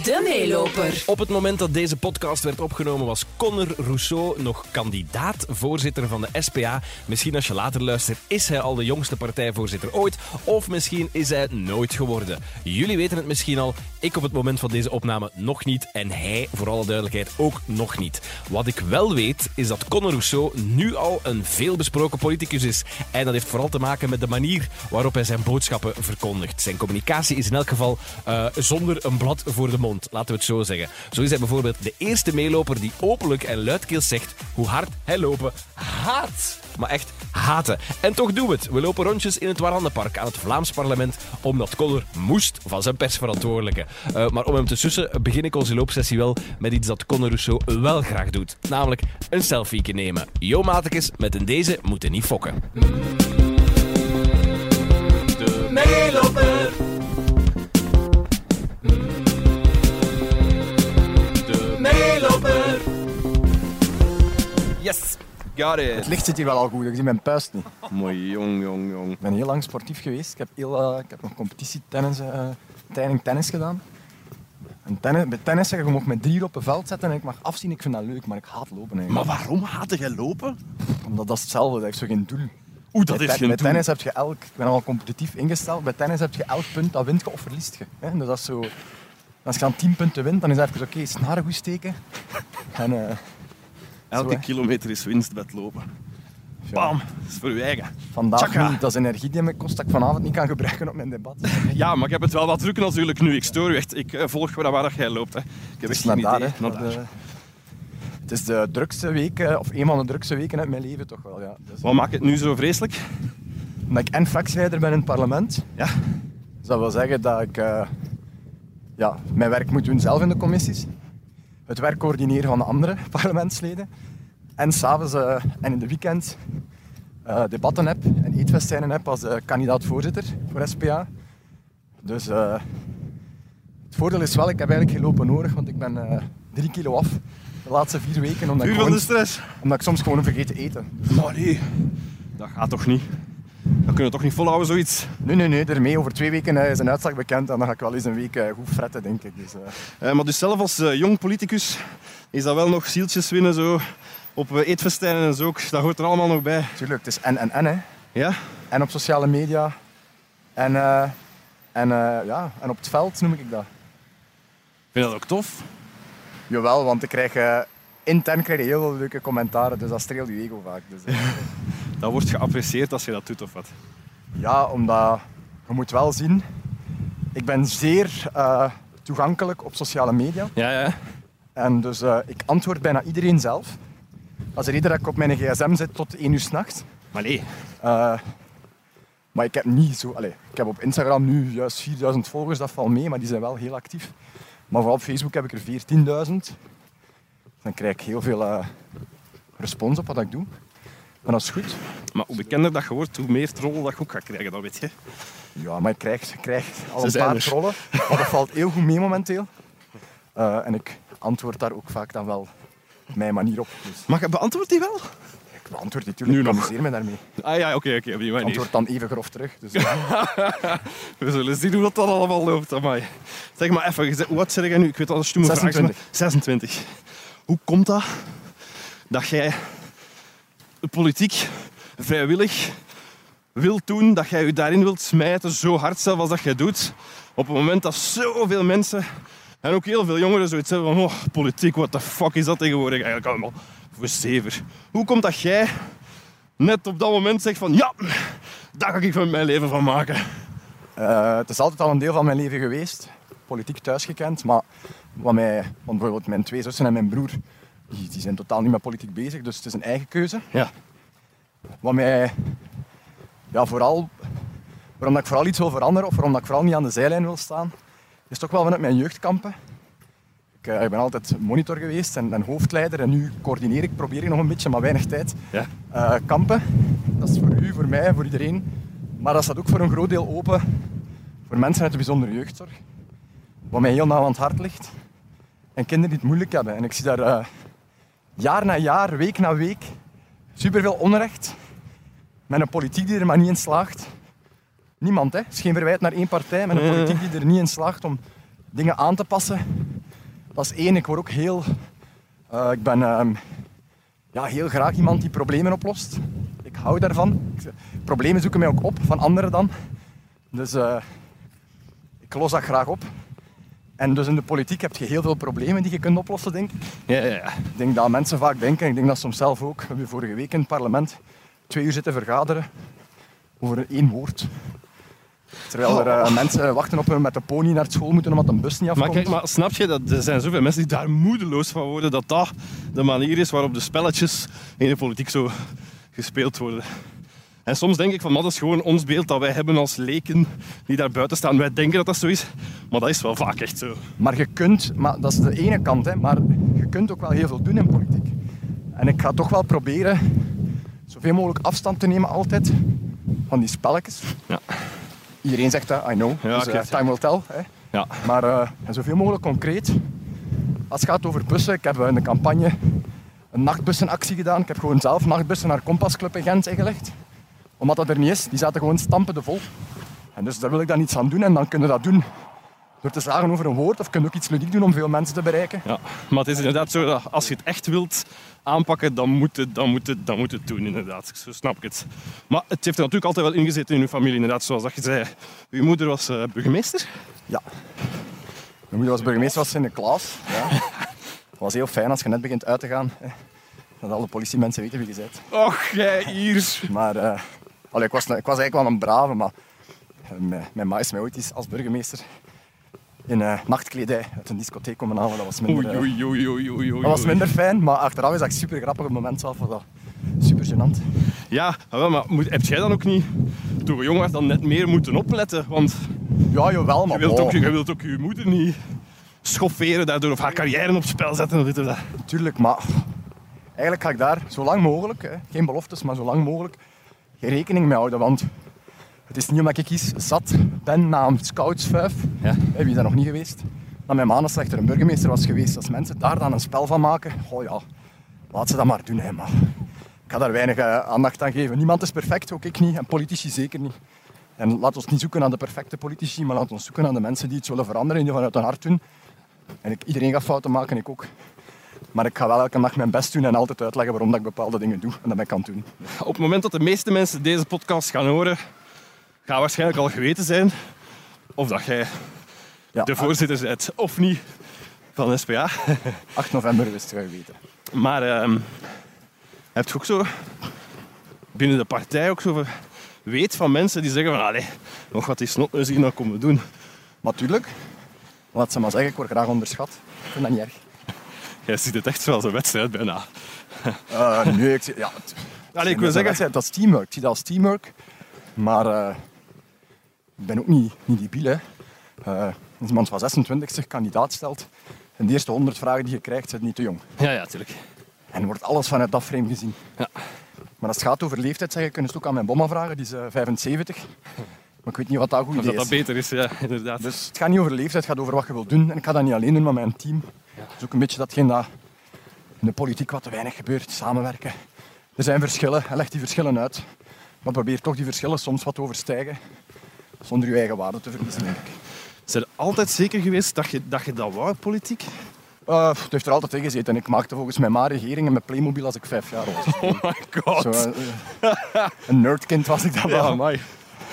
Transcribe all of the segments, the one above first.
De Meeloper. Op het moment dat deze podcast werd opgenomen was Conor Rousseau nog kandidaat-voorzitter van de SPA. Misschien als je later luistert is hij al de jongste partijvoorzitter ooit. Of misschien is hij nooit geworden. Jullie weten het misschien al. Ik op het moment van deze opname nog niet. En hij, voor alle duidelijkheid, ook nog niet. Wat ik wel weet, is dat Conor Rousseau nu al een veelbesproken politicus is. En dat heeft vooral te maken met de manier waarop hij zijn boodschappen verkondigt. Zijn communicatie is in elk geval zonder een blad voor de mond. Laten we het zo zeggen. Zo is hij bijvoorbeeld de eerste meeloper die openlijk en luidkeels zegt hoe hard hij lopen haat. Maar echt haten. En toch doen we het. We lopen rondjes in het Warandenpark aan het Vlaams parlement, omdat Conor moest van zijn persverantwoordelijke. Maar om hem te sussen begin ik onze loopsessie wel met iets dat Conor Rousseau wel graag doet. Namelijk een selfie nemen. Yo matekes, met een deze moeten niet fokken. De meeloper. De meeloper. Yes, got it. Het licht zit hier wel al goed, ik zie mijn puist niet. Mooi, jong. Ik ben heel lang sportief geweest. Ik heb nog competitietennis gedaan. En bij tennis zeg je mag met 3 op een veld zetten en ik mag afzien. Ik vind dat leuk, maar ik haat lopen eigenlijk. Maar waarom haatte jij lopen? Omdat dat is hetzelfde, dat heeft zo geen doel. Dat is geen Bij doel. tennis heb je ik ben al competitief ingesteld, bij tennis heb je elk punt, dat wint je of verliest je. Hè? Dus dat is zo, als je aan 10 punten wint, dan is het even oké, snaren goed steken. En, Elke zo, kilometer is winst bij het lopen. Bam, dat is voor je eigen. vandaag Tjaka. niet, dat is energie die me kost dat ik vanavond niet kan gebruiken op mijn debat. Ja, maar ik heb het wel wat druk natuurlijk nu. Ik stoor u echt. Ik volg waar jij loopt. Hè. Ik heb echt geen naar idee. daar, hè. Het is de drukste week, of een van de drukste weken uit mijn leven toch wel. Ja. Dus, Wat maakt het nu zo vreselijk? omdat ik en fractieleider ben in het parlement. Ja. Dus dat wil zeggen dat ik mijn werk moet doen zelf in de commissies. Het werk coördineren van de andere parlementsleden. En s'avonds en in de weekend debatten heb en eetfestijnen heb als kandidaat-voorzitter voor SPA. Dus het voordeel is wel, ik heb eigenlijk geen lopen nodig, want ik ben 3 kilo af de laatste 4 weken. Omdat Puur van de stress. omdat ik soms gewoon vergeet te eten. Maar nee, dat gaat toch niet? Dat kunnen we toch niet volhouden, zoiets? Nee, ermee. Over 2 weken is een uitslag bekend en dan ga ik wel eens een week goed fretten, denk ik. Dus, Maar dus zelf als jong politicus is dat wel nog zieltjes winnen zo op eetfestijnen en zo. Dat hoort er allemaal nog bij. Tuurlijk, het is en, hè. Ja? En op sociale media. En op het veld noem ik dat. Vind je dat ook tof? Jawel, want intern krijg je heel veel leuke commentaren, dus dat streelt je ego vaak. Dus, Dat wordt geapprecieerd als je dat doet of wat? ja, omdat je moet wel zien, ik ben zeer toegankelijk op sociale media. Ja. En dus ik antwoord bijna iedereen zelf. Dat is de reden dat ik op mijn gsm zit tot 1 uur 's nachts. Maar nee. Maar ik heb niet zo... ik heb op Instagram nu juist 4000 volgers, dat valt mee, maar die zijn wel heel actief. Maar vooral op Facebook heb ik er 14.000. Dan krijg ik heel veel respons op wat ik doe. Maar dat is goed. Maar hoe bekender dat je wordt, hoe meer trollen dat je ook gaat krijgen, dat weet je. Ja, maar ik krijg al Ze een zijn paar er. trollen. Maar dat valt heel goed mee momenteel. En ik antwoord daar ook vaak dan wel op mijn manier op. Dus Maar beantwoord die wel? ik beantwoord die natuurlijk, Nu ik nog. amuseer me daarmee. Ah ja, oké, op die Ik manier. antwoord dan even grof terug. Dus, We zullen zien hoe dat dan allemaal loopt. Amai. Zeg maar even, wat zeg jij nu? Ik weet al als je moet vragen. 26. 26. Hoe komt dat jij de politiek vrijwillig wilt doen, dat jij je daarin wilt smijten, zo hard zelf als dat jij doet, op het moment dat zoveel mensen en ook heel veel jongeren zoiets hebben van politiek, what the fuck is dat tegenwoordig eigenlijk allemaal voor zever. Hoe komt dat jij net op dat moment zegt van ja, daar ga ik van mijn leven van maken? het is altijd al een deel van mijn leven geweest. Politiek thuisgekend. Maar want bijvoorbeeld mijn 2 zussen en mijn broer, die zijn totaal niet met politiek bezig. Dus het is een eigen keuze. Ja. Wat mij waarom dat ik vooral iets wil veranderen of waarom dat ik vooral niet aan de zijlijn wil staan, is toch wel vanuit mijn jeugdkampen. Ik ben altijd monitor geweest en hoofdleider en nu probeer ik nog een beetje, maar weinig tijd. Ja. Kampen, dat is voor u, voor mij, voor iedereen. Maar dat staat ook voor een groot deel open voor mensen uit de bijzondere jeugdzorg. Wat mij heel nauw aan het hart ligt. En kinderen die het moeilijk hebben. En ik zie daar jaar na jaar, week na week, superveel onrecht. Met een politiek die er maar niet in slaagt. Niemand, hè. Het is geen verwijt naar één partij, met een politiek die er niet in slaagt om dingen aan te passen Dat is één. Ik word ook heel... ik ben heel graag iemand die problemen oplost. Ik hou daarvan. Problemen zoeken mij ook op, van anderen dan. Dus ik los dat graag op. En dus in de politiek heb je heel veel problemen die je kunt oplossen, denk ik. Ja. Ik denk dat mensen vaak denken, ik denk dat soms zelf ook. We hebben vorige week in het parlement 2 uur zitten vergaderen over 1 woord. Terwijl er mensen wachten op hem met de pony naar school moeten omdat een bus niet afkomt. Maar kijk, maar snap je dat er zijn zoveel mensen die daar moedeloos van worden dat dat de manier is waarop de spelletjes in de politiek zo gespeeld worden. En soms denk ik van, dat is gewoon ons beeld dat wij hebben als leken die daar buiten staan. Wij denken dat dat zo is, maar dat is wel vaak echt zo. Maar je kunt, maar dat is de ene kant, hè, maar je kunt ook wel heel veel doen in politiek. En ik ga toch wel proberen zoveel mogelijk afstand te nemen altijd van die spelletjes. Ja. Iedereen zegt dat, I know, Ja, dus time will tell. Hè. Ja. Maar zoveel mogelijk concreet. Als het gaat over bussen, ik heb in de campagne een nachtbussenactie gedaan. Ik heb gewoon zelf nachtbussen naar Compasclub in Gent ingelegd. Omdat dat er niet is, die zaten gewoon stampende vol. En dus daar wil ik dan iets aan doen en dan kunnen we dat doen door te zagen over een woord of kun je ook iets ludiek doen om veel mensen te bereiken. Ja, maar het is inderdaad zo dat als je het echt wilt aanpakken, dan moet het doen, inderdaad. Zo snap ik het. Maar het heeft er natuurlijk altijd wel ingezeten in uw familie, inderdaad, zoals dat je zei. Uw moeder was burgemeester? Ja. Mijn moeder was burgemeester, was Sinterklaas. Ja. Het was heel fijn als je net begint uit te gaan. Hè. Dat alle politiemensen weten wie je bent. Och, jij hier. Maar ik was eigenlijk wel een brave, maar mijn ma is mij ooit eens als burgemeester in nachtkledij uit een discotheek komen halen. Dat was minder, Oei. dat was minder fijn, maar achteraf is dat super grappig. Op het moment zelf was dat super gênant. Ja, maar heb jij dan ook niet, toen we jong waren, dan net meer moeten opletten? Want Ja, jawel, maar je wilt ook je moeder niet schofferen daardoor of haar carrière op het spel zetten of dit of dat. Tuurlijk, maar eigenlijk ga ik daar zo lang mogelijk, hè, geen beloftes, maar zo lang mogelijk, geen rekening mee houden. Want het is niet omdat ik eens zat ben na een scoutsvuif, Ja. wie is daar nog niet geweest, dat mijn ma een slechter een burgemeester was geweest. Als mensen daar dan een spel van maken, laat ze dat maar doen. Hè, maar ik ga daar weinig aandacht aan geven. Niemand is perfect, ook ik niet, en politici zeker niet. En laat ons niet zoeken naar de perfecte politici, maar laat ons zoeken naar de mensen die iets willen veranderen, die vanuit hun hart doen. En iedereen gaat fouten maken, ik ook. Maar ik ga wel elke dag mijn best doen en altijd uitleggen waarom dat ik bepaalde dingen doe en dat ik kan doen. Op het moment dat de meeste mensen deze podcast gaan horen, gaat waarschijnlijk al geweten zijn of dat jij de voorzitter bent of niet van de SPA. 8 november wist je weten. Maar heb je ook zo binnen de partij ook zo weet van mensen die zeggen van allee, nog wat die snotneus hier nou komen doen. Natuurlijk. Laat ze maar zeggen, ik word graag onderschat. Ik vind dat niet erg. Jij ziet het echt zoals een wedstrijd bijna. Nee, ik Ik wil zeggen, dat is teamwork. Ik zie dat als teamwork. Maar ik ben ook niet debiel. Hè. Als iemand van 26 zich kandidaat stelt en de eerste 100 vragen die je krijgt, zijn niet te jong. Ja, tuurlijk. En wordt alles vanuit dat frame gezien. Ja. Maar als het gaat over leeftijd, zeggen, kunnen ze het ook aan mijn bomma vragen. Die is 75. Maar ik weet niet wat dat goed Of idee dat is. beter is, ja, inderdaad. Dus het gaat niet over leeftijd, het gaat over wat je wilt doen. En ik ga dat niet alleen doen, maar met mijn team. Dat is ook een beetje datgene dat in de politiek wat te weinig gebeurt. Samenwerken. Er zijn verschillen, leg die verschillen uit. Maar probeer toch die verschillen soms wat te overstijgen. Zonder je eigen waarde te verliezen, denk ik. Is er altijd zeker geweest dat je dat wou, politiek? Het heeft er altijd in gezeten. Ik maakte volgens mij maar regeringen met Playmobil als ik 5 jaar was. Oh my god. Zo, een nerdkind was ik dan wel. Ja, amai.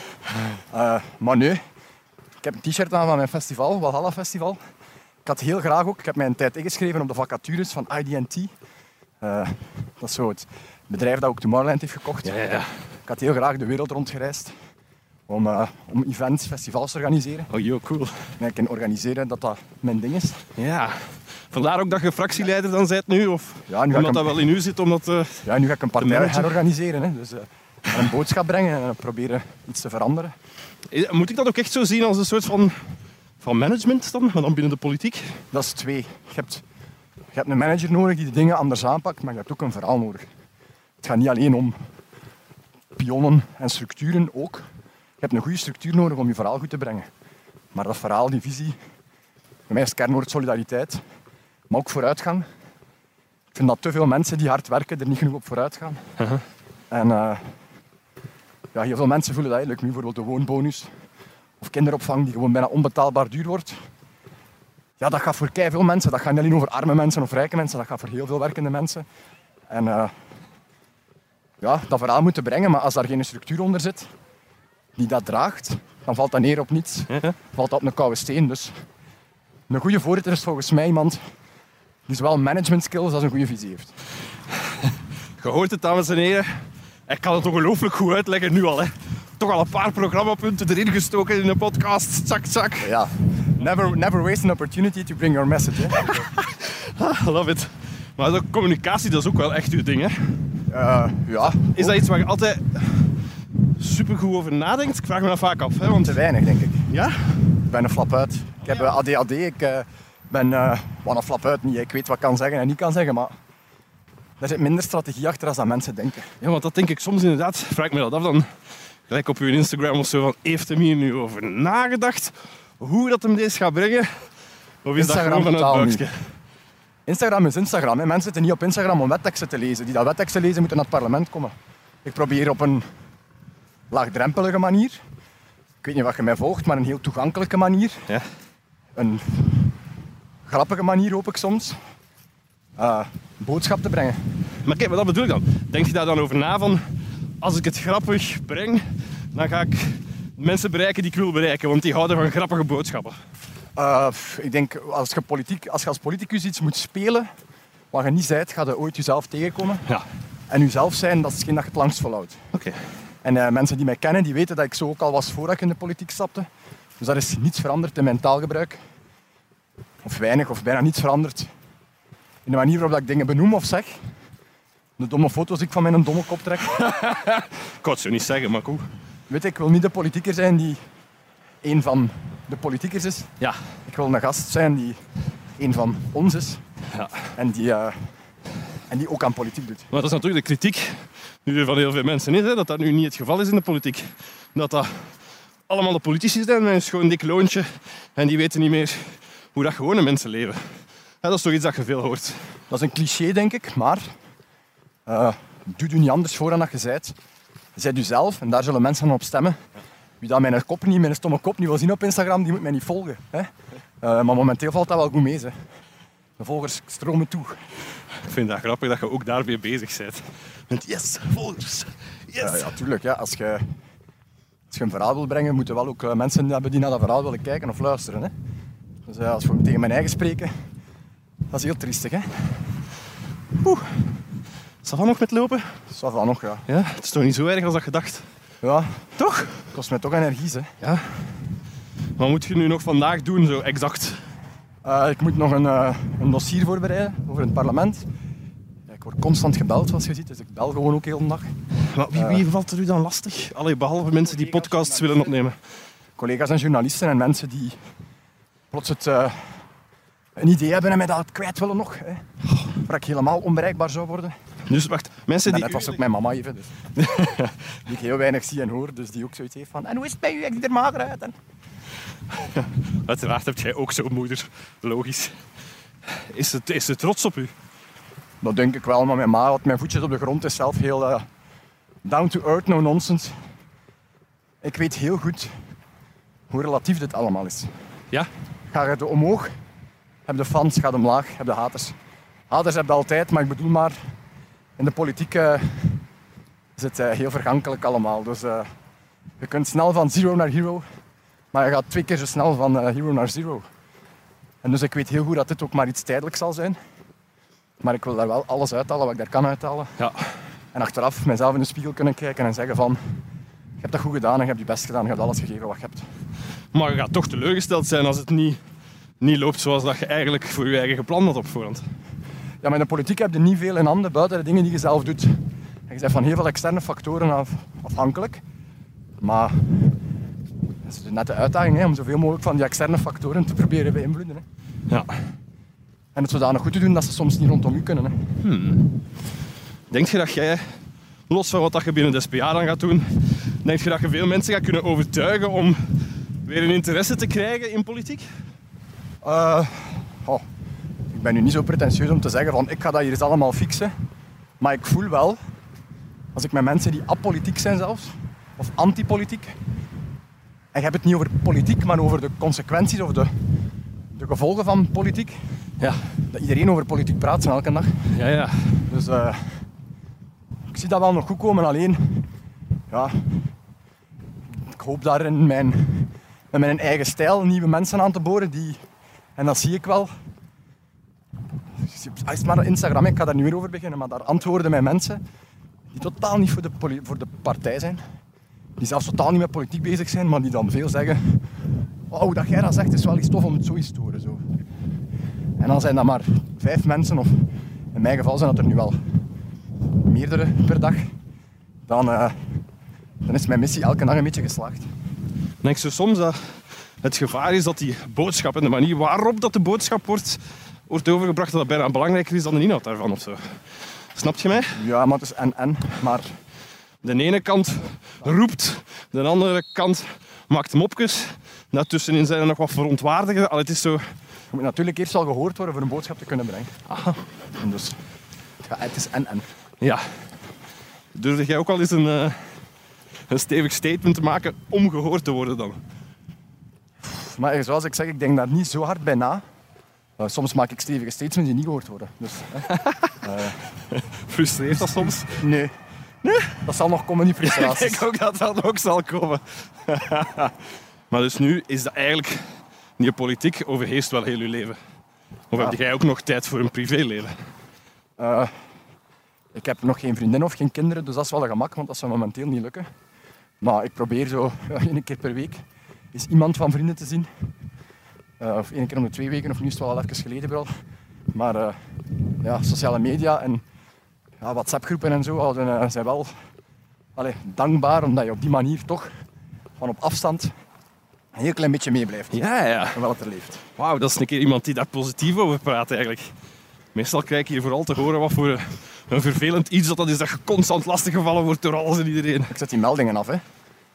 Maar nee, ik heb een t-shirt aan van mijn festival, Walhalla Festival. Ik had heel graag ook, ik heb mijn tijd ingeschreven op de vacatures van ID&T. Dat is zo het bedrijf dat ook Tomorrowland heeft gekocht. Ja. Ik had heel graag de wereld rondgereisd om events, festivals te organiseren. Oh joh, cool. En ik kan organiseren dat mijn ding is. Ja. Vandaar ook dat je fractieleider dan bent nu? Of Ja, nu ga omdat ik dat wel in u zit? Omdat, Ja, nu ga ik een partij managen. herorganiseren. Hè. Dus een boodschap brengen en proberen iets te veranderen. Moet ik dat ook echt zo zien als een soort van management dan? Maar dan binnen de politiek? Dat is 2. Je hebt een manager nodig die de dingen anders aanpakt, maar je hebt ook een verhaal nodig. Het gaat niet alleen om pionnen en structuren ook. Je hebt een goede structuur nodig om je verhaal goed te brengen. Maar dat verhaal, die visie, bij mij is het kernwoord solidariteit, maar ook vooruitgang. Ik vind dat te veel mensen die hard werken er niet genoeg op vooruit gaan. En heel veel mensen voelen dat. Like nu bijvoorbeeld de woonbonus of kinderopvang die gewoon bijna onbetaalbaar duur wordt. ja, dat gaat voor keiveel mensen. Dat gaat niet alleen over arme mensen of rijke mensen. Dat gaat voor heel veel werkende mensen. En ja, dat verhaal moeten brengen. Maar als daar geen structuur onder zit die dat draagt, dan valt dat neer op niets. Valt dat op een koude steen. Dus een goede voorzitter is volgens mij iemand die zowel management skills als een goede visie heeft. Je hoort het, dames en heren. Ik kan het ongelooflijk goed uitleggen nu al. Hè. Toch al een paar programmapunten erin gestoken in een podcast. Tsak, tsak. Ja, never waste an opportunity to bring your message. Hè. I love it. Maar de communicatie, dat is ook wel echt uw ding, hè? Ja. Is dat iets waar je altijd supergoed over nadenkt? Ik vraag me dat vaak af, hè? Want... Te weinig, denk ik. Ja? Ik ben een flapuit. Ik heb ADHD. Ik ben een flapuit niet. Ik weet wat ik kan zeggen en niet kan zeggen, maar er zit minder strategie achter dan dat mensen denken. Ja, want dat denk ik soms inderdaad. Vraag ik me dat af dan. Gelijk op uw Instagram of zo, van, heeft hem hier nu over nagedacht? Hoe dat hem deze gaat brengen? Of is dat gewoon vanuit het buikje? Instagram is Instagram. Hè. Mensen zitten niet op Instagram om wetteksten te lezen. Die dat wetteksten lezen moeten naar het parlement komen. Ik probeer op een laagdrempelige manier, ik weet niet wat je mij volgt, maar een heel toegankelijke manier. Ja. Een grappige manier hoop ik soms. Boodschap te brengen. Maar kijk, wat dat bedoel ik dan? Denk je daar dan over na van, als ik het grappig breng, dan ga ik mensen bereiken die ik wil bereiken, want die houden van grappige boodschappen. Ik denk, als je als politicus iets moet spelen, wat je niet zijt, ga je ooit jezelf tegenkomen. Ja. En jezelf zijn, dat is hetgeen dat je het langst volhoudt. Oké. En mensen die mij kennen, die weten dat ik zo ook al was voordat ik in de politiek stapte. Dus daar is niets veranderd in mijn taalgebruik. Of weinig, of bijna niets veranderd in de manier waarop ik dingen benoem of zeg. De domme foto's die ik van mijn domme kop trek. Ik kan het zo niet zeggen, maar goed. Weet je, ik wil niet de politieker zijn die een van de politiekers is. Ja. Ik wil een gast zijn die een van ons is. Ja. En die ook aan politiek doet. Maar dat is natuurlijk de kritiek nu van heel veel mensen is, hè, dat dat nu niet het geval is in de politiek. Dat allemaal de politici zijn met een schoon dik loontje en die weten niet meer hoe dat gewone mensen leven. Ja, dat is toch iets dat je veel hoort. Dat is een cliché, denk ik, maar doe je niet anders voor dan dat je zijt. Je zijt jezelf en daar zullen mensen op stemmen. Wie dat mijn stomme kop niet wil zien op Instagram, die moet mij niet volgen. Hè? Maar momenteel valt dat wel goed mee. Hè? De volgers stromen toe. Ik vind dat grappig dat je ook daarmee bezig bent. Met yes, volgers. Yes. Ja, tuurlijk. Ja. Als je een verhaal wil brengen, moeten wel ook mensen hebben die naar dat verhaal willen kijken of luisteren. Hè? Dus als we tegen mijn eigen spreken, dat is heel triestig. Hè? Zal dat nog met lopen? Ça va nog, ja. Ja, het is toch niet zo erg als dat je dacht. Ja, Toch? het kost mij toch energie. Hè? Ja. Wat moet je nu nog vandaag doen, zo exact? Ik moet nog een dossier voorbereiden over het parlement. Ja, ik word constant gebeld, zoals je ziet, dus ik bel gewoon ook heel de dag. Maar wie valt er u dan lastig? Allee, behalve mensen die podcasts willen opnemen. Collega's en journalisten en mensen die plots een idee hebben en mij dat kwijt willen nog. Hè. Waar ik helemaal onbereikbaar zou worden. Dus wacht, mensen die... Dat was ook mijn mama even, dus. Die ik heel weinig zie en hoor, dus die ook zoiets heeft van en hoe is het bij u, ik zie er mager uit. En... Uiteraard heb jij ook zo'n moeder, logisch. Is ze trots op u? Dat denk ik wel, maar mijn ma had mijn voetjes op de grond, is zelf heel down to earth, no nonsense. Ik weet heel goed hoe relatief dit allemaal is. Ja? Ga je omhoog, heb de fans, ga je omlaag, heb de haters. Haters heb je altijd, maar ik bedoel maar, in de politiek is het heel vergankelijk allemaal. Dus je kunt snel van zero naar hero, maar je gaat 2 keer zo snel van hero naar zero. En dus ik weet heel goed dat dit ook maar iets tijdelijks zal zijn. Maar ik wil daar wel alles uithalen wat ik daar kan uithalen. Ja. En achteraf mezelf in de spiegel kunnen kijken en zeggen van... Je hebt dat goed gedaan en je hebt je best gedaan. Je hebt alles gegeven wat je hebt. Maar je gaat toch teleurgesteld zijn als het niet loopt zoals dat je eigenlijk voor je eigen gepland had op voorhand. Ja, maar in de politiek heb je niet veel in handen buiten de dingen die je zelf doet. En je bent van heel veel externe factoren afhankelijk. Maar dat is net de uitdaging, hè, om zoveel mogelijk van die externe factoren te proberen beïnvloeden. Hè. Ja. En het zodanig goed te doen dat ze soms niet rondom u kunnen. Hè. Denk je dat jij, los van wat je binnen de SPA dan gaat doen, denk je dat je veel mensen gaat kunnen overtuigen om weer een interesse te krijgen in politiek? Ik ben nu niet zo pretentieus om te zeggen van ik ga dat hier eens allemaal fixen. Maar ik voel wel, als ik met mensen die apolitiek zijn zelfs, of antipolitiek, en je hebt het niet over politiek, maar over de consequenties of de de gevolgen van politiek. Ja. Dat iedereen over politiek praat elke dag. Ja. Dus ik zie dat wel nog goed komen. Alleen, ja, ik hoop daar met mijn eigen stijl nieuwe mensen aan te boren. En dat zie ik wel. Als maar Instagram, ik ga daar niet meer over beginnen, maar daar antwoorden mij mensen die totaal niet voor de partij zijn. Die zelfs totaal niet met politiek bezig zijn, maar die dan veel zeggen: oh, hoe dat jij dat zegt is wel iets tof om het zo eens te horen. Zo. En dan zijn dat maar 5 mensen, of in mijn geval zijn dat er nu wel meerdere per dag. Dan is mijn missie elke dag een beetje geslaagd. Ik denk zo soms dat het gevaar is dat die boodschap en de manier waarop dat de boodschap wordt overgebracht, dat bijna belangrijker is dan de inhoud daarvan of zo. Snap je mij? Ja, maar het is en. Maar De ene kant roept, de andere kant maakt mopjes. Daartussenin zijn er nog wat verontwaardigden. Het is zo... je moet natuurlijk eerst al gehoord worden voor een boodschap te kunnen brengen. Aha. En dus, ja, het is en. Ja. Durfde jij ook al eens een stevig statement te maken om gehoord te worden dan? Maar zoals ik zeg, ik denk daar niet zo hard bij na. Soms maak ik stevige statements die niet gehoord worden. Dus, Frustreert dat soms? nee. Dat zal nog komen, die frustraties. Ik denk ook dat dat ook zal komen. Maar dus nu is dat eigenlijk... Die politiek overheerst wel heel je leven. Of heb jij ook nog tijd voor een privéleven? Ik heb nog geen vriendin of geen kinderen, dus dat is wel een gemak, want dat zou momenteel niet lukken. Maar ik probeer zo 1 keer per week eens iemand van vrienden te zien. Of 1 keer om de 2 weken, of nu is het wel al even geleden wel. Maar ja, sociale media en ja, WhatsApp-groepen en zo zijn wel dankbaar, omdat je op die manier toch van op afstand een heel klein beetje meeblijft. Ja. Terwijl het er leeft. Wauw, dat is een keer iemand die daar positief over praat eigenlijk. Meestal krijg je hier vooral te horen wat voor een vervelend iets dat is dat je constant lastiggevallen wordt door alles en iedereen. Ik zet die meldingen af, hè.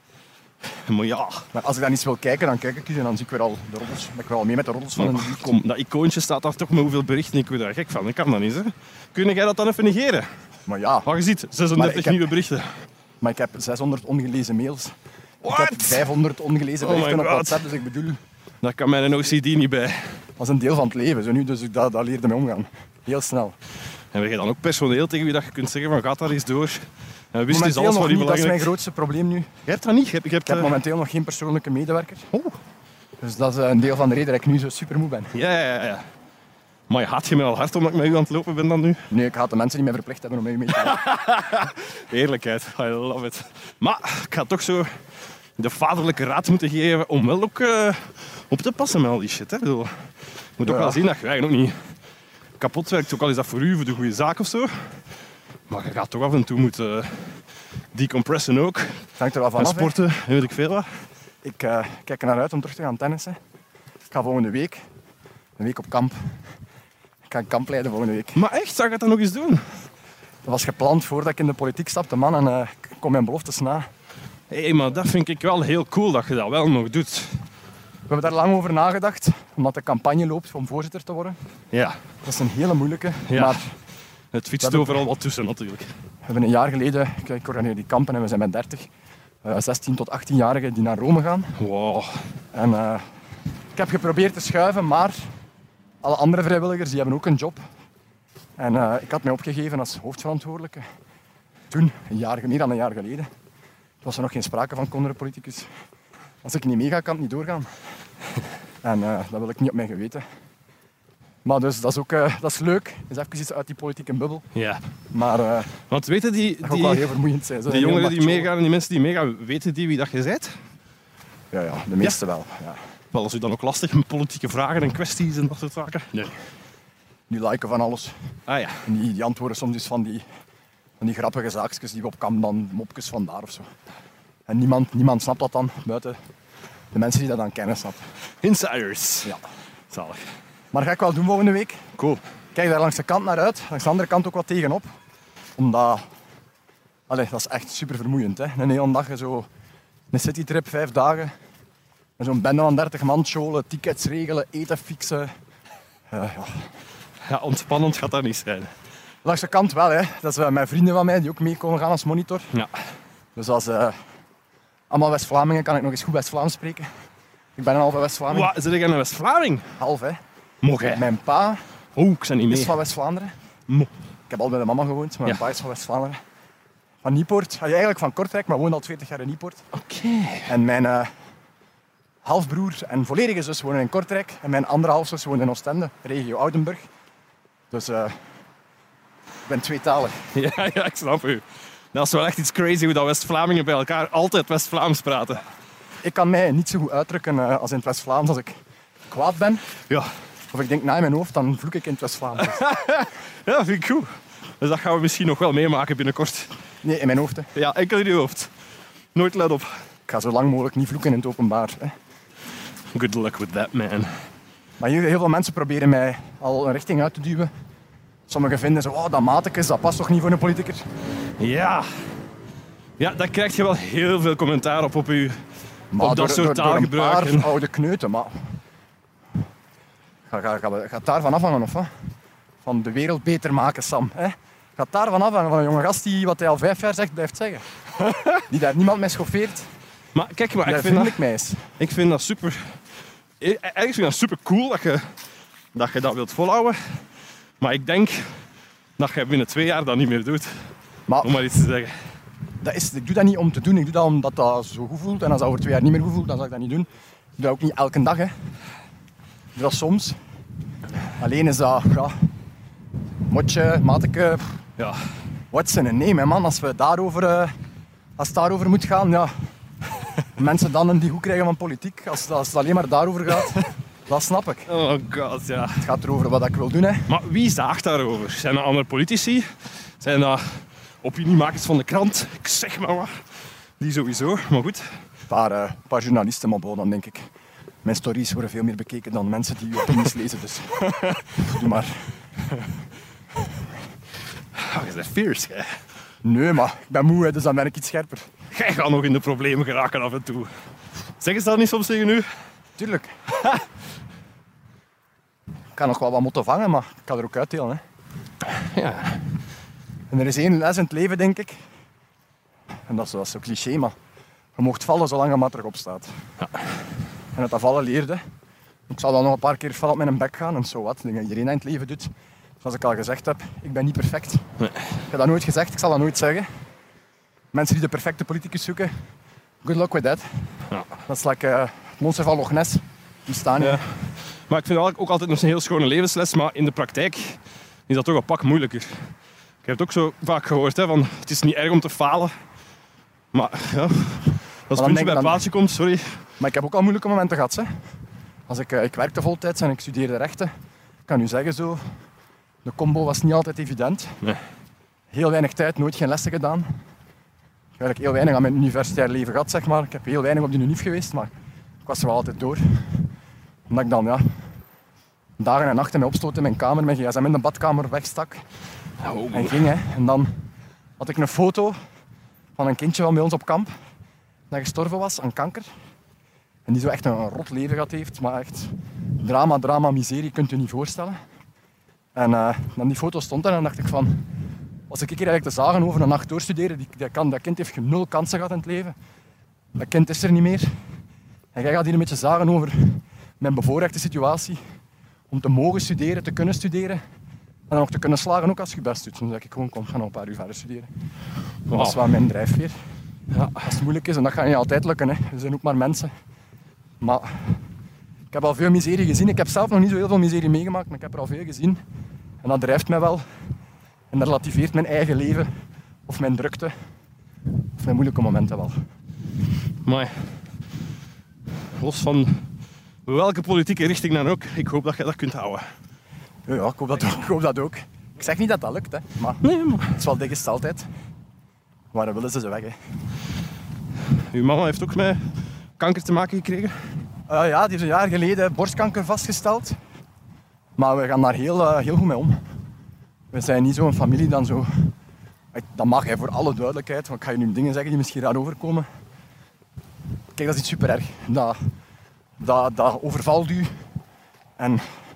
Maar ja, Maar als ik daar niet wil kijken, dan kijk ik eens en dan zie ik weer al de roddels. Ben ik weer al mee met de roddels van een buurt. kom, dat icoontje staat daar toch met hoeveel berichten. Ik word daar gek van. Ik kan dat niet, hè. Kun jij dat dan even negeren? Maar ja, Maar je ziet, 36 nieuwe berichten. maar ik heb 600 ongelezen mails. What? Ik heb 500 ongelezen Oh berichten my op God. WhatsApp, dus ik bedoel, Daar kan mijn OCD niet bij. dat is een deel van het leven. Zo nu, dus dat leerde mee omgaan. Heel snel. En we gaan dan ook personeel tegen wie dat je kunt zeggen van gaat daar eens door. En wist is Momenteel alles nog wat niet niet, dat is mijn belangrijk. grootste probleem nu. Jij hebt dat niet? Ik heb momenteel nog geen persoonlijke medewerker. Oh. Dus dat is een deel van de reden dat ik nu zo super moe ben. Ja. Maar je haat je mij al hard omdat ik met u aan het lopen ben dan nu? Nee, ik haat de mensen die mij verplicht hebben om mee te gaan. Eerlijkheid, I love it. Maar ik ga toch zo de vaderlijke raad moeten geven om wel ook op te passen met al die shit. Hè. Ik bedoel, je moet ook Ja. wel zien dat je eigenlijk ook niet kapot werkt. Ook al is dat voor u, voor de goede zaak of zo. Maar je gaat toch af en toe moeten decompressen ook. Het hangt er wel En van af. Hè. sporten, en weet ik veel wat. Ik kijk er naar uit om terug te gaan tennissen. Ik ga volgende week een week op kamp. Ik ga een kamp leiden volgende week. Maar echt, zou je dat nog eens doen? Dat was gepland voordat ik in de politiek stapte, man. En ik kom mijn beloftes na. Hé, maar dat vind ik wel heel cool dat je dat wel nog doet. We hebben daar lang over nagedacht, omdat de campagne loopt om voorzitter te worden. Ja, Dat is een hele moeilijke. Ja. Maar het fietst Dat- overal wat tussen natuurlijk. we hebben een jaar geleden, ik organiseer die kampen en we zijn met 30, 16 tot 18-jarigen die naar Rome gaan. Wow. En ik heb geprobeerd te schuiven, maar alle andere vrijwilligers die hebben ook een job. En ik had mij opgegeven als hoofdverantwoordelijke. Toen, meer dan een jaar geleden. Toen was er nog geen sprake van Conner-politicus. Als ik niet meega, kan het niet doorgaan. En dat wil ik niet op mijn geweten. Maar dus, dat is ook dat is leuk. Dat is even iets uit die politieke bubbel. Ja. Maar dat Want weten die, kan ook wel heel vermoeiend zijn. Zo die heel jongeren die macho. meegaan en die mensen die meegaan, weten die wie dat je bent? Ja, de meeste wel. Ja. Wel, als u dan ook lastig met politieke vragen en kwesties en dat soort zaken? Nee. Die liken van alles. Ah ja. En die antwoorden soms dus van die grappige zaakjes die we op kamp dan mopjes vandaar of zo. En niemand snapt dat dan, buiten de mensen die dat dan kennen snappen. Insiders. Ja. Zalig. Maar dat ga ik wel doen volgende week. Cool. Ik kijk daar langs de kant naar uit, langs de andere kant ook wat tegenop. Omdat, dat is echt super vermoeiend. Hè? Een hele dag zo, een citytrip, 5 dagen. En zo'n bende van 30 man scholen, tickets regelen, eten fixen. Ja. Ja, ontspannend gaat dat niet zijn. Langs de kant wel, hè. Dat is mijn vrienden van mij die ook mee komen gaan als monitor. Ja. Dus als allemaal West-Vlamingen kan ik nog eens goed West-Vlaams spreken. Ik ben een halve West-Vlaming. Wat, zit ik een West-Vlaming? Half, hè. Mocht hè? Mijn pa Oh, ik ben niet is mee. van West-Vlaanderen. Mo. Ik heb al bij de mama gewoond, maar mijn pa is van West-Vlaanderen. Van Niepoort. Eigenlijk van Kortrijk, maar woont al 20 jaar in Niepoort. Oké. En mijn halfbroer en volledige zus wonen in Kortrijk. En mijn andere halfzus woont in Oostende, regio Oudenburg. Dus ik ben tweetalig. Ja, ik snap u. Dat is wel echt iets crazy hoe dat West-Vlamingen bij elkaar altijd West-Vlaams praten. Ik kan mij niet zo goed uitdrukken als in het West-Vlaams als ik kwaad ben. Ja. Of ik denk na in mijn hoofd, dan vloek ik in het West-Vlaams. Ja, vind ik goed. Dus dat gaan we misschien nog wel meemaken binnenkort. Nee, in mijn hoofd. Hè. Ja, enkel in uw hoofd. Nooit let op. Ik ga zo lang mogelijk niet vloeken in het openbaar. Hè. Good luck with that, man. Maar heel veel mensen proberen mij al een richting uit te duwen. Sommigen vinden zo, oh, dat matekes, dat past toch niet voor een politicus? Ja. Ja, daar krijg je wel heel veel commentaar op uw... Maar op dat soort door taalgebruik. een paar oude kneuten, maar... Gaat daar van afhangen, of wat? Van de wereld beter maken, Sam. Hè? Gaat daar van afhangen, van een jonge gast die wat hij al 5 jaar zegt, blijft zeggen. Die daar niemand mee schoffeert, Maar kijk, maar die ik daar vind, vriendelijk mee is. ik vind dat super... Eigenlijk vind ik dat super cool dat je dat wilt volhouden. Maar ik denk dat je binnen 2 jaar dat niet meer doet. Maar Om maar iets te zeggen. ik doe dat niet om te doen, ik doe dat omdat dat zo goed voelt. En als dat over 2 jaar niet meer goed voelt, dan zal ik dat niet doen. Ik doe dat ook niet elke dag, hè. Ik doe dat soms. Alleen is dat, ja... Motje, mateke, Ja. wat is een nee, man. Als het daarover moet gaan, ja... Mensen dan in die hoek krijgen van politiek, als het alleen maar daarover gaat, dat snap ik. Oh god, ja. Het gaat erover wat ik wil doen, hè. Maar wie zaagt daarover? Zijn dat andere politici? Zijn dat opiniemakers van de krant? Ik zeg maar wat. Die sowieso, maar goed. Een paar journalisten, maar bon, dan denk ik... Mijn stories worden veel meer bekeken dan mensen die opinies lezen, dus... Doe maar. Oh, je bent fierce, hè. Nee, maar ik ben moe, hè, dus dan ben ik iets scherper. Jij gaat nog in de problemen geraken af en toe. Zeggen ze dat niet soms tegen u? Tuurlijk. Ik kan nog wel wat motto vangen, maar ik kan er ook uitdelen, hè. Ja. En er is 1 les in het leven, denk ik. En dat is zo cliché, maar... Je mocht vallen zolang je maar terug opstaat. Ja. En dat vallen leerde. Ik zal dan nog een paar keer fel op mijn bek gaan en zo wat. Dingen iedereen in het leven doet. Zoals ik al gezegd heb, ik ben niet perfect. Nee. Ik heb dat nooit gezegd, ik zal dat nooit zeggen. Mensen die de perfecte politicus zoeken, good luck with that. Ja. Dat is like het monster van Loch Ness. Die staan hier. Ja. Maar ik vind het ook altijd nog een heel schone levensles, maar in de praktijk is dat toch een pak moeilijker. Ik heb het ook zo vaak gehoord, hè, van het is niet erg om te falen. Maar ja, als het puntje bij het plaatsje komt, sorry. Maar ik heb ook al moeilijke momenten gehad. Hè. Als ik werkte voltijds en ik studeerde rechten. Ik kan u zeggen zo, de combo was niet altijd evident. Nee. Heel weinig tijd, nooit geen lessen gedaan. Ik heb eigenlijk heel weinig aan mijn universitair leven gehad, zeg maar. Ik heb heel weinig op de UNIF geweest, maar ik was er wel altijd door. Omdat ik dan dagen en nachten mij opstoot in mijn kamer, mijn gsm in de badkamer wegstak en ging. Hè. En dan had ik een foto van een kindje van bij ons op kamp dat gestorven was aan kanker. En die zo echt een rot leven gehad heeft, maar echt drama, miserie, kunt u niet voorstellen. En dan die foto stond er en dan dacht ik van, was ik hier eigenlijk te zagen over een nacht doorstuderen, dat kind heeft 0 kansen gehad in het leven. Dat kind is er niet meer. En jij gaat hier een beetje zagen over mijn bevoorrechte situatie om te mogen studeren, te kunnen studeren en dan ook te kunnen slagen, ook als je je best doet. Dan zeg ik gewoon, kom, ga nog een paar uur verder studeren. Dat is wel mijn drijfveer. Ja, als het moeilijk is, en dat gaat niet altijd lukken, hè. We zijn ook maar mensen. Maar ik heb al veel miserie gezien. Ik heb zelf nog niet zo heel veel miserie meegemaakt, maar ik heb er al veel gezien. En dat drijft mij wel. En dat relativeert mijn eigen leven, of mijn drukte, of mijn moeilijke momenten wel. Maar los van welke politieke richting dan ook, ik hoop dat je dat kunt houden. Ja, ik hoop dat ook. Ik zeg niet dat dat lukt, hè, maar Nee, maar het is wel de gesteldheid. Maar dan willen ze weg, hè. uw mama heeft ook met kanker te maken gekregen. Ja, die heeft een jaar geleden borstkanker vastgesteld. Maar we gaan daar heel goed mee om. We zijn niet zo'n familie dan zo... Dat mag, hè, voor alle duidelijkheid, want ik ga je nu dingen zeggen die misschien raar overkomen. Kijk, dat is iets super erg. Dat overvalt u en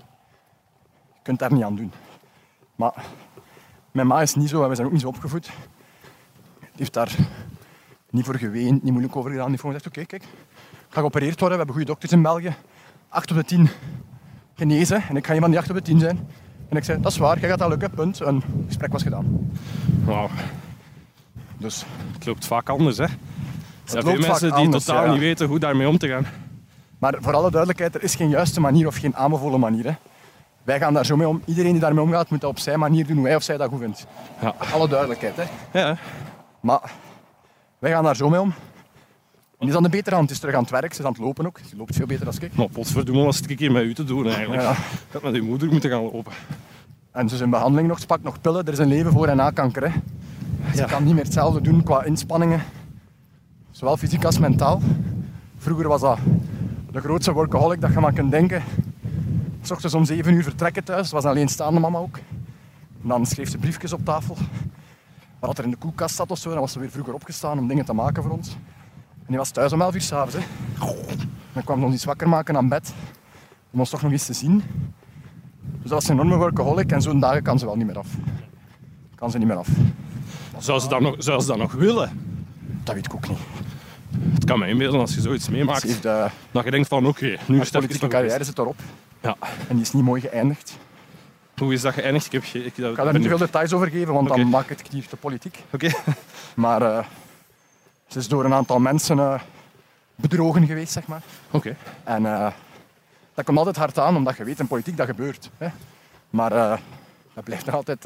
je kunt daar niet aan doen. Maar mijn ma is niet zo en we zijn ook niet zo opgevoed. Die heeft daar niet voor geweend, niet moeilijk over gedaan. Die heeft gewoon gezegd, oké, kijk, ik ga geopereerd worden. We hebben goede dokters in België. 8 op de 10 genezen. En ik ga een van die 8 op de 10 zijn. En ik zei, dat is waar, jij gaat dat lukken, punt. En het gesprek was gedaan. Wauw. Dus Het loopt vaak anders, hè. Er zijn veel loopt vaak mensen die anders, totaal ja. niet weten hoe daarmee om te gaan. Maar voor alle duidelijkheid, er is geen juiste manier of geen aanbevolen manier. Hè. Wij gaan daar zo mee om. Iedereen die daarmee omgaat, moet dat op zijn manier doen, hoe hij of zij dat goed vindt. Ja. Alle duidelijkheid. Hè. Ja. Maar wij gaan daar zo mee om. En die is aan de betere hand. Het is terug aan het werk. Ze is aan het lopen ook. Ze loopt veel beter dan ik. Nou, potverdomme, was het een keer met u te doen eigenlijk. Ja. Ik had met uw moeder moeten gaan lopen. En ze is in behandeling nog. Ze pakt nog pillen. Er is een leven voor en na kanker. Hè. Ze Ja. kan niet meer hetzelfde doen qua inspanningen. Zowel fysiek als mentaal. Vroeger was dat de grootste workaholic dat je maar kunt denken. 's Ochtends om 7 uur vertrekken thuis. Ze was een alleenstaande mama ook. En dan schreef ze briefjes op tafel. Wat er in de koelkast zat of zo. Dan was ze weer vroeger opgestaan om dingen te maken voor ons. En die was thuis om 11 uur 's avonds. Hè. Dan kwam ze ons iets wakker maken aan bed. Om ons toch nog eens te zien. Dus dat was een enorme workaholic. En zo'n dagen kan ze wel niet meer af. Kan ze niet meer af. Zou ze dat nog willen? Dat weet ik ook niet. Het kan mij inbeelden als je zoiets meemaakt. Ze heeft Dat je denkt van oké, nu is haar het politieke even carrière zit erop. Ja. En die is niet mooi geëindigd. Hoe is dat geëindigd? Ik Ik ga daar niet te veel details over geven, want Oké. dan maakt het hier te politiek. Oké. Maar ze is door een aantal mensen bedrogen geweest, zeg maar. Oké. En dat komt altijd hard aan, omdat je weet in politiek dat gebeurt. Hè. Maar dat blijft nog altijd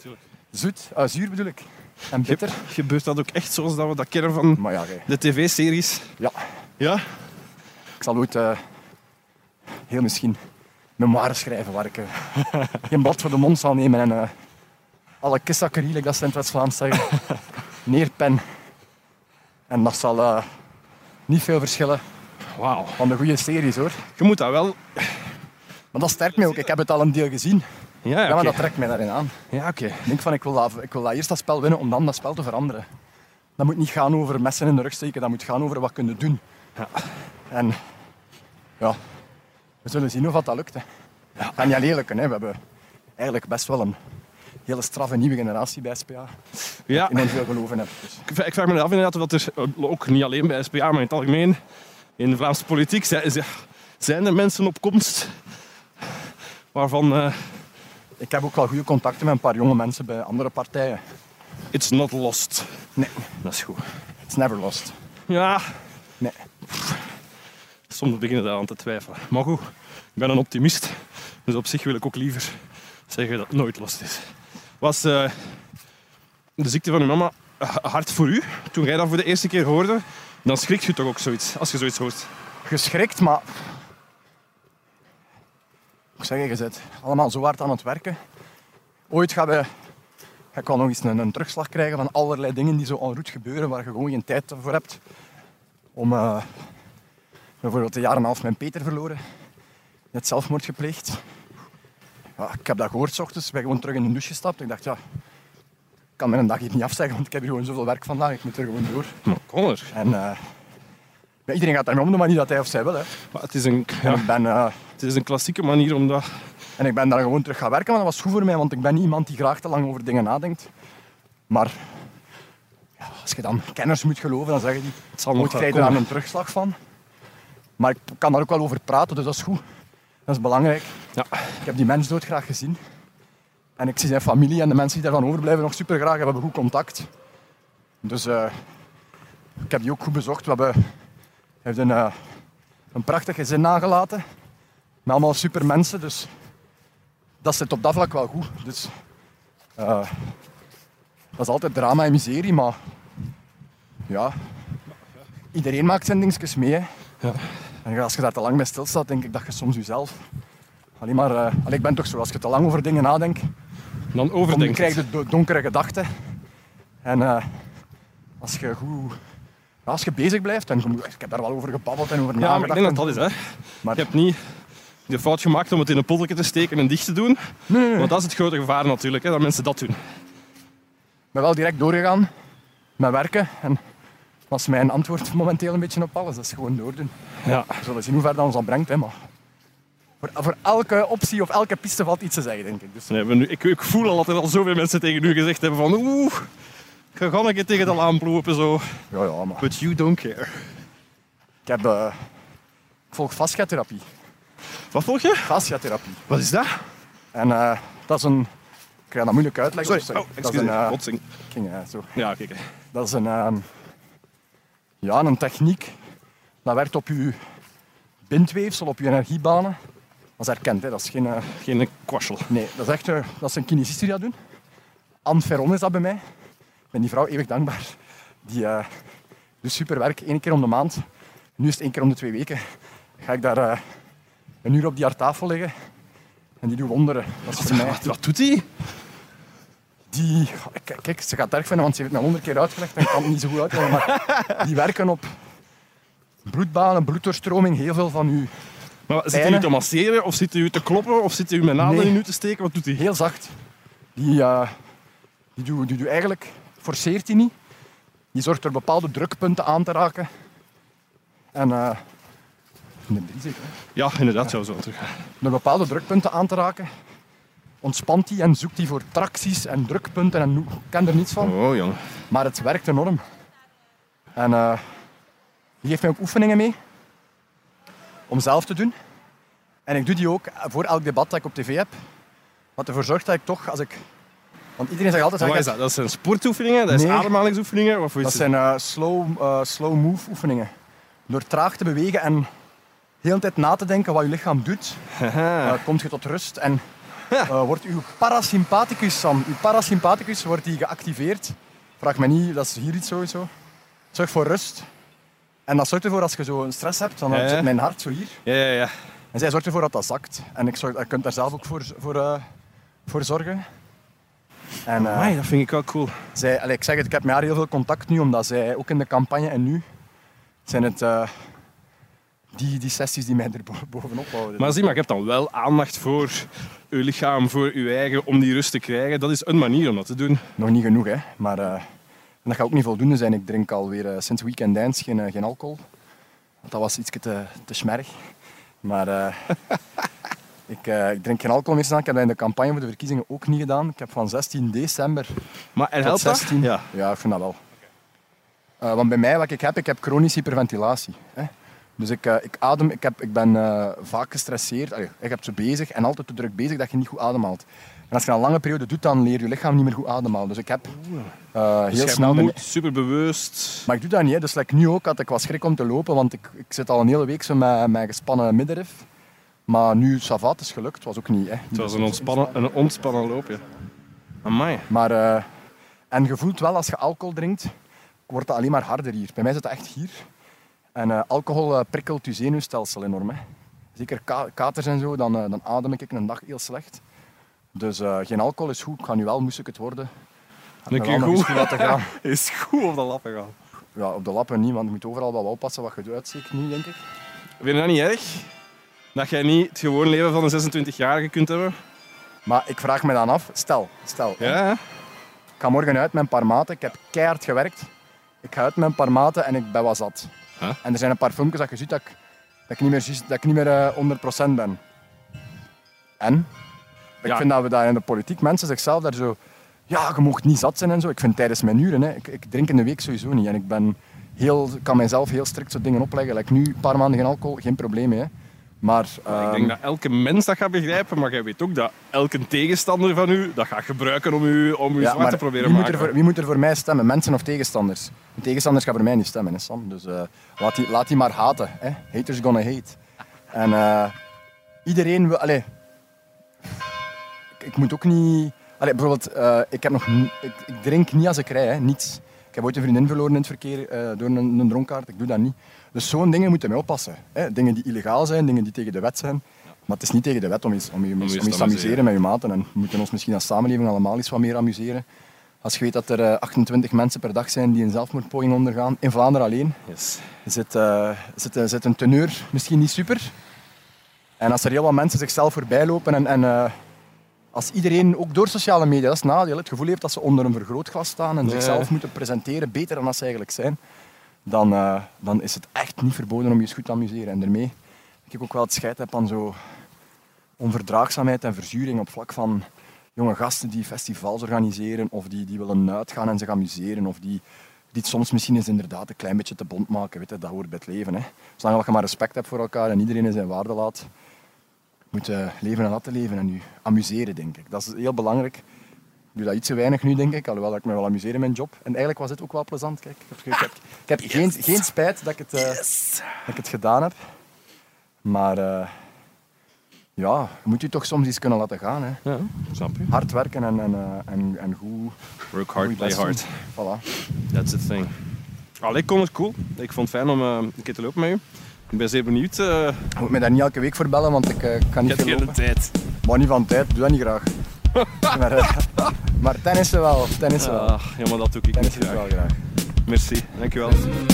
zuur bedoel ik. En bitter. Gebeurt dat ook echt zoals dat we dat kennen van Maar ja, de tv-series? ja, Ja? ik zal ooit heel misschien memoires schrijven waar ik geen blad voor de mond zal nemen en alle kissakkerie, like dat ze in het West-Vlaams zeggen, neerpen. En dat zal niet veel verschillen Wauw. van de goede series hoor. Je moet dat wel... Maar dat sterkt mij ook. Ik heb het al een deel gezien. Ja, Ja, maar oké. dat trekt mij daarin aan. Ja, oké. Ik denk van, ik wil dat eerst dat spel winnen om dan dat spel te veranderen. Dat moet niet gaan over messen in de rug steken, dat moet gaan over wat kunnen doen. Ja. En ja, we zullen zien of dat lukt. Hè. Het gaat niet alleen lukken. Hè. We hebben eigenlijk best wel een hele straffe nieuwe generatie bij SPA. Ja. In veel geloven heb. Dus. Ik vraag me af inderdaad of er ook niet alleen bij SPA, maar in het algemeen in de Vlaamse politiek zijn er mensen op komst waarvan Ik heb ook wel goede contacten met een paar jonge mensen bij andere partijen. it's not lost. Nee, Dat is goed. it's never lost. Ja, Nee. soms begin je daar aan te twijfelen. Maar goed, ik ben een optimist, dus op zich wil ik ook liever zeggen dat het nooit lost is. Was de ziekte van uw mama hard voor u? Toen jij dat voor de eerste keer hoorde, dan schrik je toch ook zoiets, als je zoiets hoort. Geschrikt, maar... Ik zeg je, bent allemaal zo hard aan het werken. Ooit ga ik wel nog eens een terugslag krijgen van allerlei dingen die zo en route gebeuren, waar je gewoon geen tijd voor hebt. Om bijvoorbeeld een jaar en een half mijn Peter verloren. Die had zelfmoord gepleegd. Ja, ik heb dat gehoord 's ochtends, ben gewoon terug in de douche gestapt. Ik dacht, ja, ik kan mijn dag hier niet afzeggen, want ik heb hier gewoon zoveel werk vandaag. Ik moet er gewoon door. Maar Connor, En ja, iedereen gaat daarmee om de manier dat hij of zij wil. Hè. maar het is een, En, ja, het is een klassieke manier om dat... ik ben daar gewoon terug gaan werken, maar dat was goed voor mij, want ik ben niet iemand die graag te lang over dingen nadenkt. Maar ja, als je dan kenners moet geloven, dan zeggen die, Het zal nog ooit wel krijg je daar komen. een terugslag van. Maar ik kan daar ook wel over praten, dus dat is goed. Dat is belangrijk. Ja. Ik heb die mens doodgraag gezien. En ik zie zijn familie en de mensen die daarvan overblijven nog super graag. We hebben goed contact. Dus ik heb die ook goed bezocht. Hij heeft een prachtig gezin nagelaten. Met allemaal super mensen. Dus dat zit op dat vlak wel goed. Dus, dat is altijd drama en miserie, maar ja, iedereen maakt zijn dingetjes mee. Hè. Ja. En als je daar te lang bij stilstaat, denk ik dat je soms jezelf alleen maar... ik ben toch zo, als je te lang over dingen nadenkt, Dan dan overdenk krijg het. je donkere gedachten. En als je goed... Ja, als je bezig blijft, en ik heb daar wel over gebabbeld en over Ja, maar ik nagedacht. denk dat dat is, hè. Maar Je hebt niet de fout gemaakt om het in een potje te steken en dicht te doen. nee. Want dat is het grote gevaar natuurlijk, hè, dat mensen dat doen. ik ben wel direct doorgegaan met werken. En dat is mijn antwoord momenteel een beetje op alles. Dat is gewoon doordoen. Ja. We zullen zien hoe ver dat ons dat brengt. Hè, maar voor elke optie of elke piste valt iets te zeggen, denk ik. Dus, Nee, ik voel al dat er al zoveel mensen tegen u gezegd hebben van oeh, ik ga een keer tegen de laan ploepen zo. ja, maar But you don't care. ik heb Ik volg fasciatherapie. Wat volg je? Fasciatherapie. Wat is dat? En dat is een... Ik ga dat moeilijk uitleggen. Sorry. Oh, dat is een... botsing. zo. Ja, kijk. Dat is een techniek. Dat werkt op je bindweefsel, op je energiebanen. Dat is erkend, hè. Dat is geen... Geen kwassel. Nee, dat is echt... dat is een kinesist die dat doen. Anne Ferron is dat bij mij. Ik ben die vrouw eeuwig dankbaar. Die doet super werk, 1 keer om de maand. Nu is het 1 keer om de 2 weken. Ga ik daar 1 uur op die haar tafel liggen. En die doet wonderen. Dat is voor mij... Wat doet hij? Die... Kijk, ze gaat het erg vinden, want ze heeft het mij 100 keer uitgelegd en ik kan het niet zo goed uitleggen. Maar die werken op bloedbanen, bloeddoorstroming, heel veel van u. Maar zit hij u te masseren, of zit hij u te kloppen, of zit hij u met naden in u te steken? Wat doet hij? Heel zacht. Die doet eigenlijk... Forceert hij niet. Die zorgt er bepaalde drukpunten aan te raken. En... in de 3 zeker, hè? Ja, inderdaad, zou zo terug. Door bepaalde drukpunten aan te raken, ontspant hij en zoekt hij voor tracties en drukpunten en ik ken er niets van. Oh, jongen. Maar het werkt enorm. En die geeft mij ook oefeningen mee om zelf te doen. En ik doe die ook voor elk debat dat ik op tv heb. Wat ervoor zorgt dat ik toch, als ik... Want iedereen zegt altijd... Wat is dat? Dat zijn sportoefeningen? Dat is Nee. ademhalingsoefeningen? Wat voor Dat iets is zijn slow move oefeningen. Door traag te bewegen en de hele tijd na te denken wat je lichaam doet, kom je tot rust en wordt uw parasympathicus, Sam, uw parasympathicus wordt die geactiveerd. Vraag me niet, dat is hier iets sowieso. Zorg voor rust. En dat zorgt ervoor, als je zo een stress hebt, dan zit mijn hart zo hier. Ja. En zij zorgt ervoor dat dat zakt. En je kunt daar zelf ook voor zorgen. En, Amai, dat vind ik wel cool. ik zeg het, ik heb met haar heel veel contact nu, omdat zij ook in de campagne en nu zijn het die sessies die mij er bovenop houden. Maar zie maar, je hebt dan wel aandacht voor je lichaam, voor je eigen, om die rust te krijgen. Dat is een manier om dat te doen. Nog niet genoeg, hè. Maar en dat gaat ook niet voldoende zijn. Ik drink alweer sinds Weekend Dance geen alcohol. Want dat was iets te smerig. Maar ik drink geen alcohol meer. Ik heb dat in de campagne voor de verkiezingen ook niet gedaan. Ik heb van 16 december Maar en tot helpt dat? 16... Ja, ik vind dat wel. Want bij mij, wat ik heb chronische hyperventilatie. Hè. Dus ik adem, ik ben vaak gestresseerd. Ik heb ze bezig en altijd te druk bezig dat je niet goed ademhaalt. En als je dat een lange periode doet, dan leer je lichaam niet meer goed ademhalen. Dus ik heb heel snel... super bewust. Maar ik doe dat niet. Hè. Dus nu ook had ik wat schrik om te lopen, want ik zit al een hele week zo met gespannen middenrif. Maar nu, ça va, het is gelukt. Het was ook niet... Hè. Het was een ontspannen loopje. Amai. Maar, en je voelt wel, als je alcohol drinkt, wordt dat alleen maar harder hier. Bij mij zit dat echt hier. En alcohol prikkelt je zenuwstelsel enorm. Hè. Zeker katers en zo, dan adem ik een dag heel slecht. Dus geen alcohol is goed. Ik ga nu wel, moest ik het worden. Een keer goed laten gaan. Is goed op de lappen gaan. Ja, op de lappen niet, want je moet overal wel oppassen wat je uitsteekt nu, denk ik. Vind je dat niet erg? Dat jij niet het gewoon leven van een 26-jarige kunt hebben? Maar ik vraag me dan af, stel. Ja. Ik ga morgen uit met een paar maten. Ik heb keihard gewerkt. Ik ga uit met een paar maten en ik ben wat zat. Huh? En er zijn een paar filmpjes dat je ziet dat ik niet meer 100% ben. En? Ik vind dat we daar in de politiek, mensen zichzelf daar zo... Ja, je mag niet zat zijn en zo. Ik vind tijdens mijn uren, hè, ik drink in de week sowieso niet. En ik kan mijzelf heel strikt zo dingen opleggen. Like nu, een paar maanden geen alcohol, geen probleem mee. Hè. Maar, Ik denk dat elke mens dat gaat begrijpen, maar jij weet ook dat elke tegenstander van u dat gaat gebruiken om u zwart te proberen maken. Wie moet er voor mij stemmen? Mensen of tegenstanders? De tegenstanders gaan voor mij niet stemmen, hè, Sam. Dus laat die maar haten. Hè. Haters gonna hate. En iedereen wil... Ik moet ook niet... bijvoorbeeld, ik drink niet als ik rij, hè. Niets. Ik heb ooit een vriendin verloren in het verkeer door een dronkaard. Ik doe dat niet. Dus zo'n dingen moeten mij oppassen. Hè. Dingen die illegaal zijn, dingen die tegen de wet zijn. Maar het is niet tegen de wet om je te amuseren met je maten. En we moeten ons misschien als samenleving allemaal eens wat meer amuseren. Als je weet dat er 28 mensen per dag zijn die een zelfmoordpoging ondergaan, in Vlaanderen alleen, zit een teneur misschien niet super. En als er heel wat mensen zichzelf voorbij lopen en als iedereen, ook door sociale media, dat is het nadeel, het gevoel heeft dat ze onder een vergrootglas staan en zichzelf moeten presenteren, beter dan dat ze eigenlijk zijn, dan is het echt niet verboden om je eens goed te amuseren. En daarmee heb ik ook wel het scheid heb aan zo onverdraagzaamheid en verzuring op vlak van jonge gasten die festivals organiseren of die willen uitgaan en zich amuseren of die die soms misschien eens inderdaad een klein beetje te bont maken. Weet je, dat hoort bij het leven. Hè. Zolang je maar respect hebt voor elkaar en iedereen in zijn waarde laat, moet je leven en laten leven en je amuseren, denk ik. Dat is heel belangrijk. Ik doe dat iets te weinig nu, denk ik, alhoewel ik me wel amuseer in mijn job. En eigenlijk was dit ook wel plezant. Kijk, ik heb geen spijt dat ik het gedaan heb. Maar ja, je moet je toch soms iets kunnen laten gaan. Hè. Ja, snap je. Hard werken en goed... Work hard, play hard. Voilà. That's the thing. Allee, ik vond het cool. Ik vond het fijn om een keer te lopen met u. Ik ben zeer benieuwd. Je moet mij daar niet elke week voor bellen, want ik kan niet veel Ik heb lopen. geen tijd. Maar niet van tijd, doe dat niet graag. maar tennissen wel. Ja, maar dat doe ik niet Tennissen wel graag. graag. Merci, dankjewel.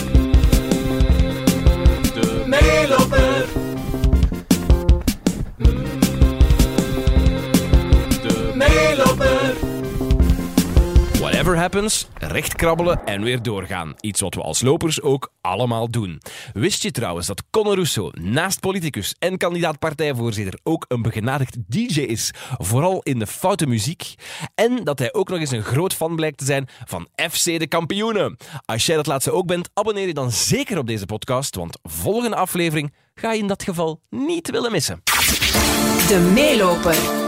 De meeloper. De meeloper. Whatever happens, recht krabbelen en weer doorgaan. Iets wat we als lopers ook allemaal doen. Wist je trouwens dat Conor Rousseau naast politicus en kandidaat partijvoorzitter ook een begenadigd DJ is, vooral in de foute muziek? En dat hij ook nog eens een groot fan blijkt te zijn van FC de Kampioenen. Als jij dat laatste ook bent, abonneer je dan zeker op deze podcast, want volgende aflevering ga je in dat geval niet willen missen. De meeloper.